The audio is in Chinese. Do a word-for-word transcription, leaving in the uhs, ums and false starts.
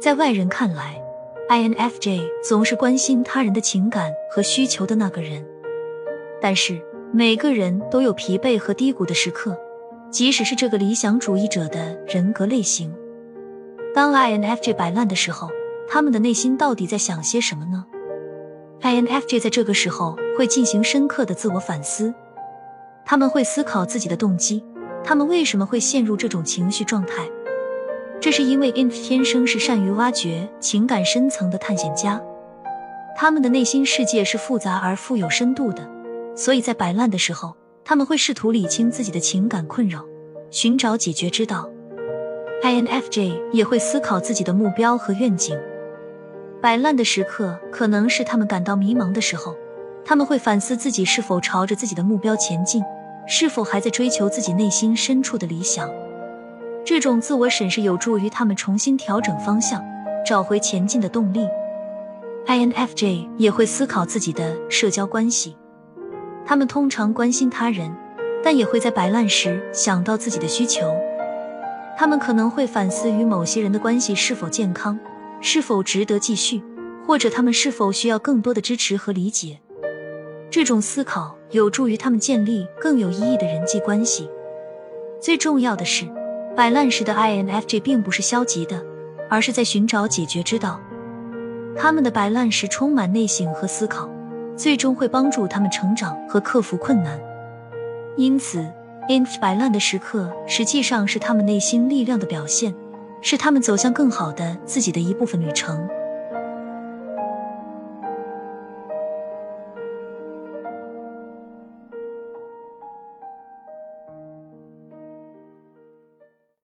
在外人看来， I N F J 总是关心他人的情感和需求的那个人。但是每个人都有疲惫和低谷的时刻，即使是这个理想主义者的人格类型。当 I N F J 摆烂的时候，他们的内心到底在想些什么呢？ I N F J 在这个时候会进行深刻的自我反思，他们会思考自己的动机，他们为什么会陷入这种情绪状态。这是因为 I N F 天生是善于挖掘情感深层的探险家，他们的内心世界是复杂而富有深度的，所以在摆烂的时候，他们会试图理清自己的情感困扰，寻找解决之道。I N F J 也会思考自己的目标和愿景。摆烂的时刻可能是他们感到迷茫的时候，他们会反思自己是否朝着自己的目标前进，是否还在追求自己内心深处的理想。这种自我审视有助于他们重新调整方向，找回前进的动力。I N F J 也会思考自己的社交关系，他们通常关心他人，但也会在摆烂时想到自己的需求。他们可能会反思与某些人的关系是否健康，是否值得继续，或者他们是否需要更多的支持和理解。这种思考有助于他们建立更有意义的人际关系。最重要的是，摆烂时的 I N F J 并不是消极的，而是在寻找解决之道。他们的摆烂时充满内省和思考，最终会帮助他们成长和克服困难。因此 I N F 摆烂的时刻实际上是他们内心力量的表现，是他们走向更好的自己的一部分旅程。